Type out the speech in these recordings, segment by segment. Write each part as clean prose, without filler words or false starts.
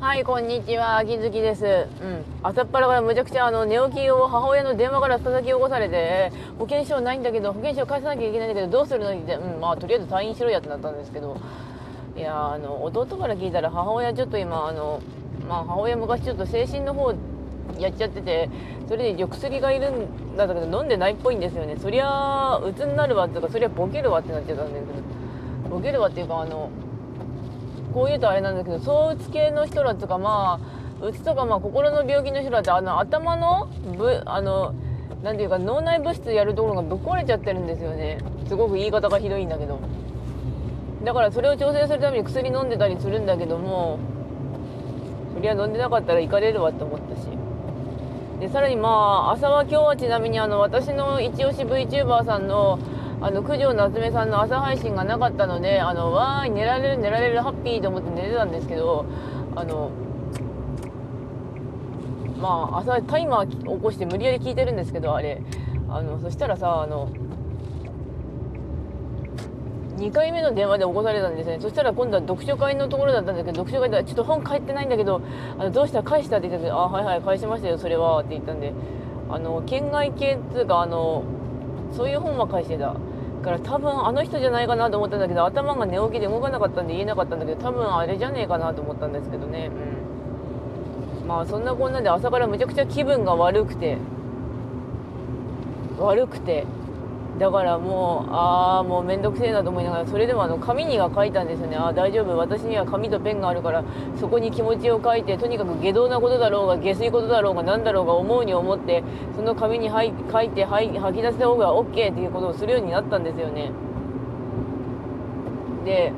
はい、こんにちは、秋月です。朝っぱらからむちゃくちゃ寝起きを母親の電話から叩き起こされて、保険証ないんだけど、保険証返さなきゃいけないんだけど、どうするのって言って、まあ、とりあえず退院しろやってなったんですけど、いや弟から聞いたら母親ちょっと今、まあ、母親昔ちょっと精神の方やっちゃってて、それで薬がいるんだけど、飲んでないっぽいんですよね。そりゃ、鬱になるわっていうか、そりゃボケるわってなっちゃったんですけど、ボケるわっていうか、こういうとあれなんだけど、躁うつ系の人らとか、まあうつとか、まあ心の病気の人らって頭のなんていうか脳内物質やるところがぶっ壊れちゃってるんですよね。すごく言い方がひどいんだけど、だからそれを調整するために薬飲んでたりするんだけども、そりゃ飲んでなかったらいかれるわって思ったし、でさらにまあ朝は今日はちなみに私の一押し VTuber さんの九条夏目さんの朝配信がなかったので、わーい、寝られる寝られるハッピーと思って寝てたんですけど、まあ朝タイマー起こして無理やり聞いてるんですけど、あれそしたらさ2回目の電話で起こされたんですね。そしたら今度は読書会のところだったんだけど、読書会でちょっと本返ってないんだけど、どうしたら返したって言ったけど、はいはい返しましたよそれはって言ったんで、県外系っていうかそういう本は返してたから多分あの人じゃないかなと思ったんだけど、頭が寝起きで動かなかったんで言えなかったんだけど、多分あれじゃねえかなと思ったんですけどね。まあそんなこんなで朝からむちゃくちゃ気分が悪くてだからもうめんどくせえなと思いながら、それでも紙には書いたんですよね。大丈夫、私には紙とペンがあるからそこに気持ちを書いて、とにかく下道なことだろうが下水ことだろうが何だろうが思うに思ってその紙に書いて吐き出した方が OK っていうことをするようになったんですよね。で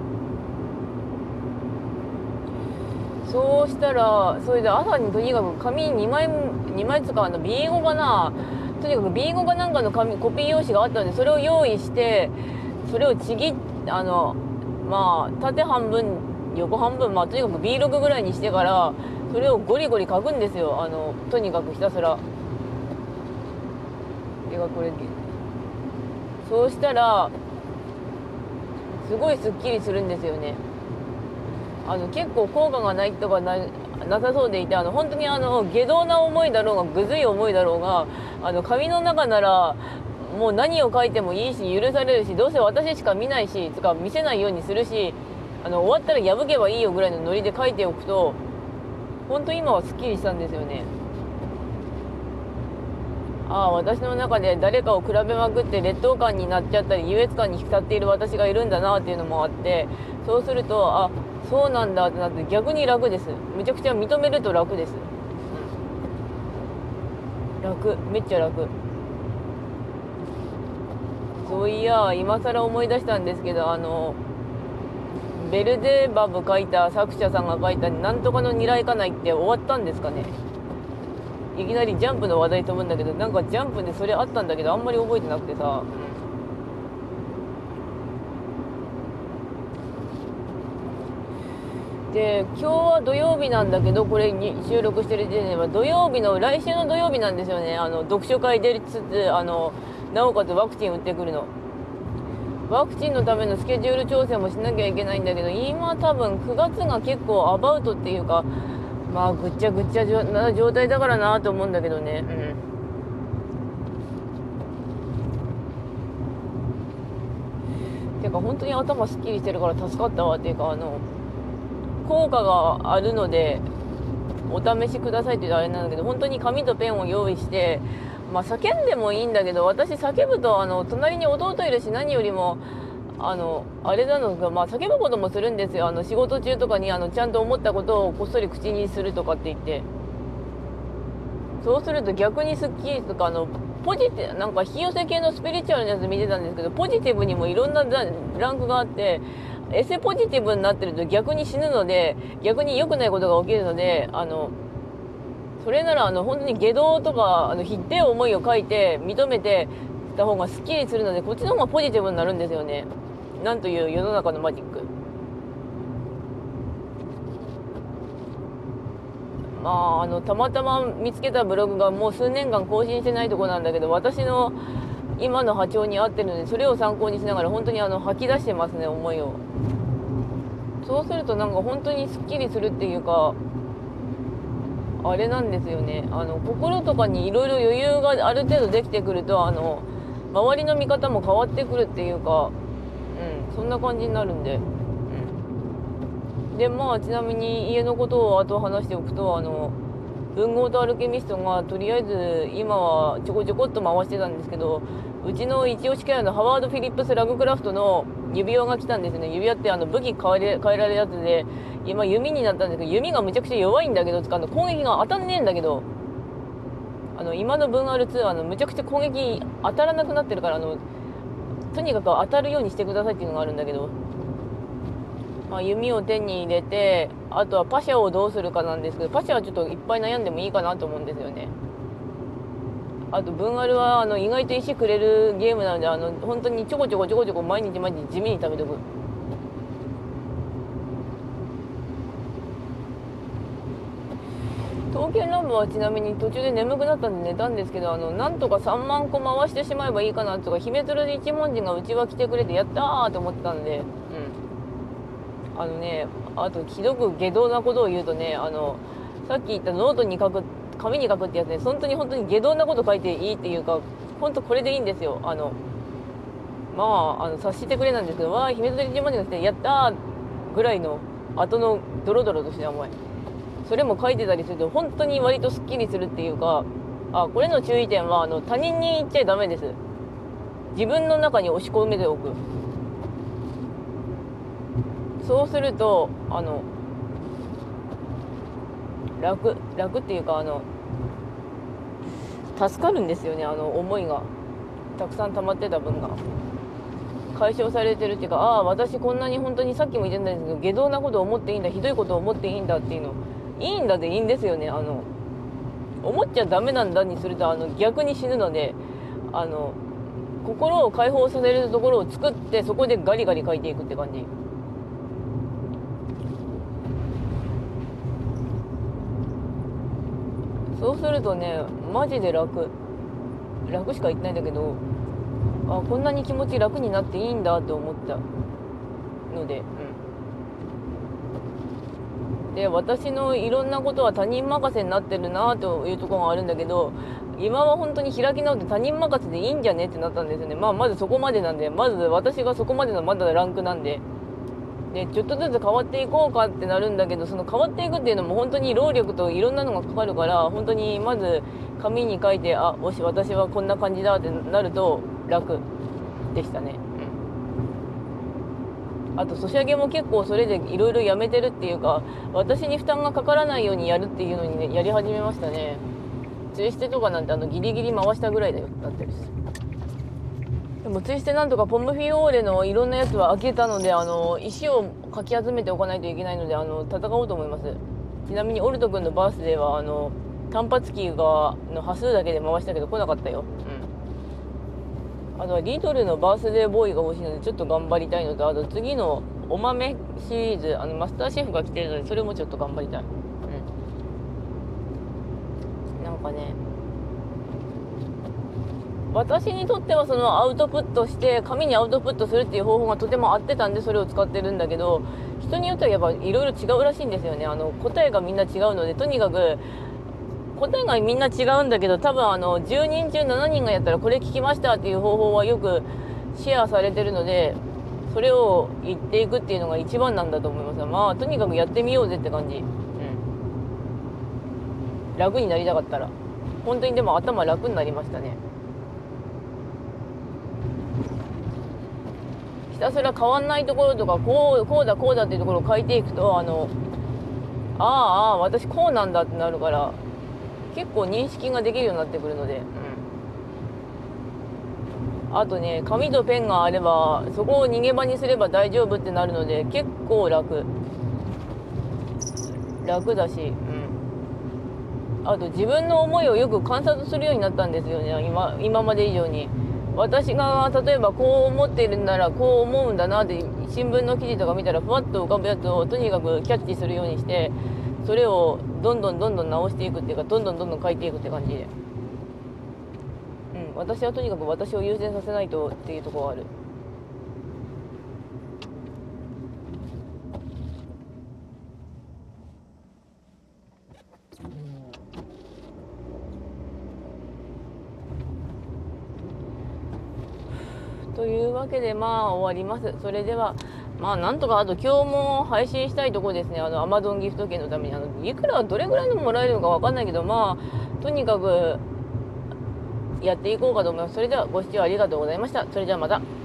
そうしたらそれで朝にとにかく紙2枚使うB5かな、とにかく B5 かなんかのコピー用紙があったので、それを用意してそれをちぎっまあ縦半分横半分、まあとにかく B6 ぐらいにしてからそれをゴリゴリ書くんですよ。とにかくひたすら。てかこれそうしたらすごいスッキリするんですよね。結構効果がないとかなさそうでいて、本当に下道な思いだろうがぐずい思いだろうが紙の中ならもう何を書いてもいいし許されるし、どうせ私しか見ないしつか見せないようにするし、終わったら破けばいいよぐらいのノリで書いておくと本当今はすっきりしたんですよね。私の中で誰かを比べまくって劣等感になっちゃったり優越感に浸っている私がいるんだなっていうのもあって、そうするとそうなんだってなって逆に楽です。めちゃくちゃ認めると楽です。楽、めっちゃ楽。そういや今更思い出したんですけど、ベルゼバブ書いた作者さんが書いたなんとかのニライカナイって終わったんですかね。いきなりジャンプの話題飛ぶんだけど、なんかジャンプでそれあったんだけどあんまり覚えてなくてさ、で今日は土曜日なんだけど、これに収録してる時点では土曜日の来週の土曜日なんですよね。読書会出つつなおかつワクチン打ってくるの。ワクチンのためのスケジュール調整もしなきゃいけないんだけど、今多分9月が結構アバウトっていうか、まあぐっちゃぐっちゃな状態だからなと思うんだけどね。てか本当に頭すっきりしてるから助かったわっていうか、効果があるのでお試しくださいって言うとあれなんだけど、本当に紙とペンを用意して、まあ叫んでもいいんだけど、私叫ぶと隣に弟いるし、何よりもあれなのが、まあ叫ぶこともするんですよ。仕事中とかにちゃんと思ったことをこっそり口にするとかって言って、そうすると逆にスッキリとかポジティブなんか引き寄せ系のスピリチュアルなやつ見てたんですけど、ポジティブにもいろんなランクがあって、エセポジティブになってると逆に死ぬので、逆に良くないことが起きるので、それなら本当に下道とかひってえ思いを書いて認めてた方がスッキリするので、こっちの方がポジティブになるんですよね。なんという世の中のマジック。まあたまたま見つけたブログがもう数年間更新してないとこなんだけど、私の今の波長に合ってるので、それを参考にしながら本当に吐き出してますね、思いを。 そうするとなんか本当にすっきりするっていうか、あれなんですよね、心とかにいろいろ余裕がある程度できてくると周りの見方も変わってくるっていうか、そんな感じになるんで、でまあちなみに家のことをあと話しておくと、文豪とアルケミストがとりあえず今はちょこちょこっと回してたんですけど、うちの一押しキャラのハワード・フィリップス・ラグクラフトの指輪が来たんですね。指輪って武器変えられるやつで、今弓になったんですけど、弓がむちゃくちゃ弱いんだけど、攻撃が当たんねえんだけど、今の分 R2 むちゃくちゃ攻撃当たらなくなってるから、とにかく当たるようにしてくださいっていうのがあるんだけど、弓を手に入れて、あとはパシャをどうするかなんですけど、パシャはちょっといっぱい悩んでもいいかなと思うんですよね。あと分あるは意外と石くれるゲームなので、本当にちょこちょこ毎日地味に食べとく。刀剣乱舞はちなみに途中で眠くなったんで寝たんですけど、なんとか3万個回してしまえばいいかなとか、姫鶴一文字がうちは来てくれてやったーと思ってたんで、あとひどく下道なことを言うとね、さっき言ったノートに書く、紙に書くってやつね、本当に下道なこと書いていいっていうか、本当これでいいんですよ。察してくれなんですけど、わー姫鶴一文字が来てやったーぐらいの後のドロドロとした思い、それも書いてたりすると本当に割とすっきりするっていうか、これの注意点は他人に言っちゃダメです。自分の中に押し込めておく。そうすると楽っていうか助かるんですよね。思いがたくさん溜まってた分が解消されてるっていうか、私こんなに本当にさっきも言ってたんですけど、下道なことを思っていいんだ、ひどいことを思っていいんだっていうの、いいんだでいいんですよね。思っちゃダメなんだにすると逆に死ぬので、心を解放させるところを作って、そこでガリガリ書いていくって感じ。そうするとね、マジで楽しか言ってないんだけど、こんなに気持ち楽になっていいんだって思ったので、で私のいろんなことは他人任せになってるなというところがあるんだけど、今は本当に開き直って他人任せでいいんじゃねってなったんですよね。まずそこまでなんで、まず私がそこまでのまだランクなんで、ちょっとずつ変わっていこうかってなるんだけど、その変わっていくっていうのも本当に労力といろんなのがかかるから、本当にまず紙に書いて、もし私はこんな感じだってなると楽でしたね。あとソシャゲも結構それでいろいろやめてるっていうか、私に負担がかからないようにやるっていうのにね、やり始めましたね。ツイステとかなんてギリギリ回したぐらいだよなってるし。でもツイステなんとかポムフィオーレのいろんなやつは開けたので、石をかき集めておかないといけないので、戦おうと思います。ちなみにオルト君のバースデーは単発機の端数だけで回したけど来なかったよ。あとはリトルのバースデーボーイが欲しいのでちょっと頑張りたいのと、あと次のお豆シリーズマスターシェフが来てるので、それもちょっと頑張りたい。なんかね、私にとってはそのアウトプットして紙にアウトプットするっていう方法がとても合ってたんで、それを使ってるんだけど、人によってはやっぱいろいろ違うらしいんですよね。答えがみんな違うので、とにかく答えがみんな違うんだけど、多分10人中7人がやったらこれ聞きましたっていう方法はよくシェアされてるので、それを言っていくっていうのが一番なんだと思います。とにかくやってみようぜって感じ。楽になりたかったら本当に。でも頭楽になりましたね。ひたすら変わんないところとか、こうだっていうところを書いていくと、私こうなんだってなるから、結構認識ができるようになってくるので、あとね、紙とペンがあればそこを逃げ場にすれば大丈夫ってなるので、結構楽だし、あと自分の思いをよく観察するようになったんですよね。今まで以上に。私が例えばこう思っているんならこう思うんだなって、新聞の記事とか見たらふわっと浮かぶやつをとにかくキャッチするようにして、それをどんどん直していくっていうか、どんどん書いていくって感じで、私はとにかく私を優先させないとっていうところがある。 というわけでまあ終わります。それではまあなんとかあと今日も配信したいところですね。アマゾンギフト券のためにいくらどれぐらいのもらえるのかわかんないけど、まあとにかくやっていこうかと思います。それではご視聴ありがとうございました。それではまた。